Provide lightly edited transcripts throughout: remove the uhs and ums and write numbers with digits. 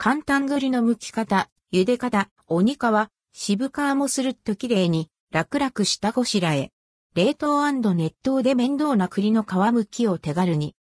簡単栗の剥き方、茹で方、鬼皮、渋皮もするっときれいに、楽々下ごしらえ。冷凍&熱湯で面倒な栗の皮剥きを手軽に。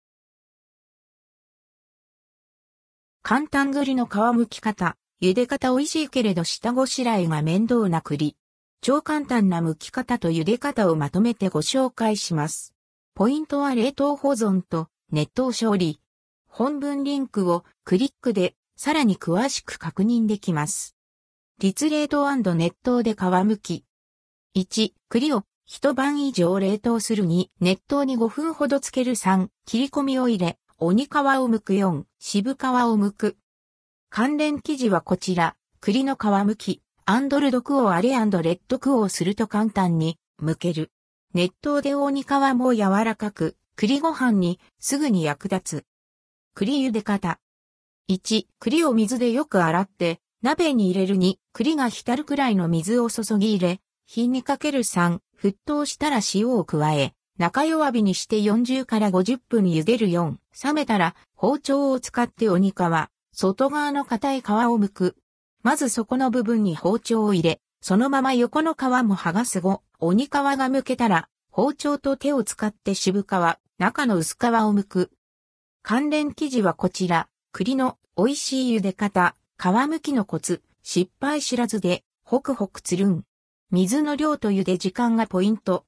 簡単栗の皮剥き方、茹で方美味しいけれど下ごしらえが面倒な栗。超簡単な剥き方と茹で方をまとめてご紹介します。ポイントは冷凍保存と熱湯処理。本文リンクをクリックでさらに詳しく確認できます。立冷凍&熱湯で皮剥き。1、栗を一晩以上冷凍する2、熱湯に5分ほどつける3、切り込みを入れ、鬼皮を剥く4、渋皮を剥く。関連記事はこちら、栗の皮剥き、アンドルドクオーアレ&レッドクオーすると簡単に剥ける。熱湯で鬼皮も柔らかく、栗ご飯にすぐに役立つ。栗茹で方。1、栗を水でよく洗って、鍋に入れる2、栗が浸るくらいの水を注ぎ入れ、火にかける3、沸騰したら塩を加え、中弱火にして40から50分茹でる4、冷めたら包丁を使って鬼皮、外側の硬い皮を剥く。まず底の部分に包丁を入れ、そのまま横の皮も剥がす5、鬼皮が剥けたら、包丁と手を使って渋皮、中の薄皮を剥く。関連記事はこちら、栗の美味しい茹で方、皮剥きのコツ、失敗知らずで、ホクホクつるん。水の量と茹で時間がポイント。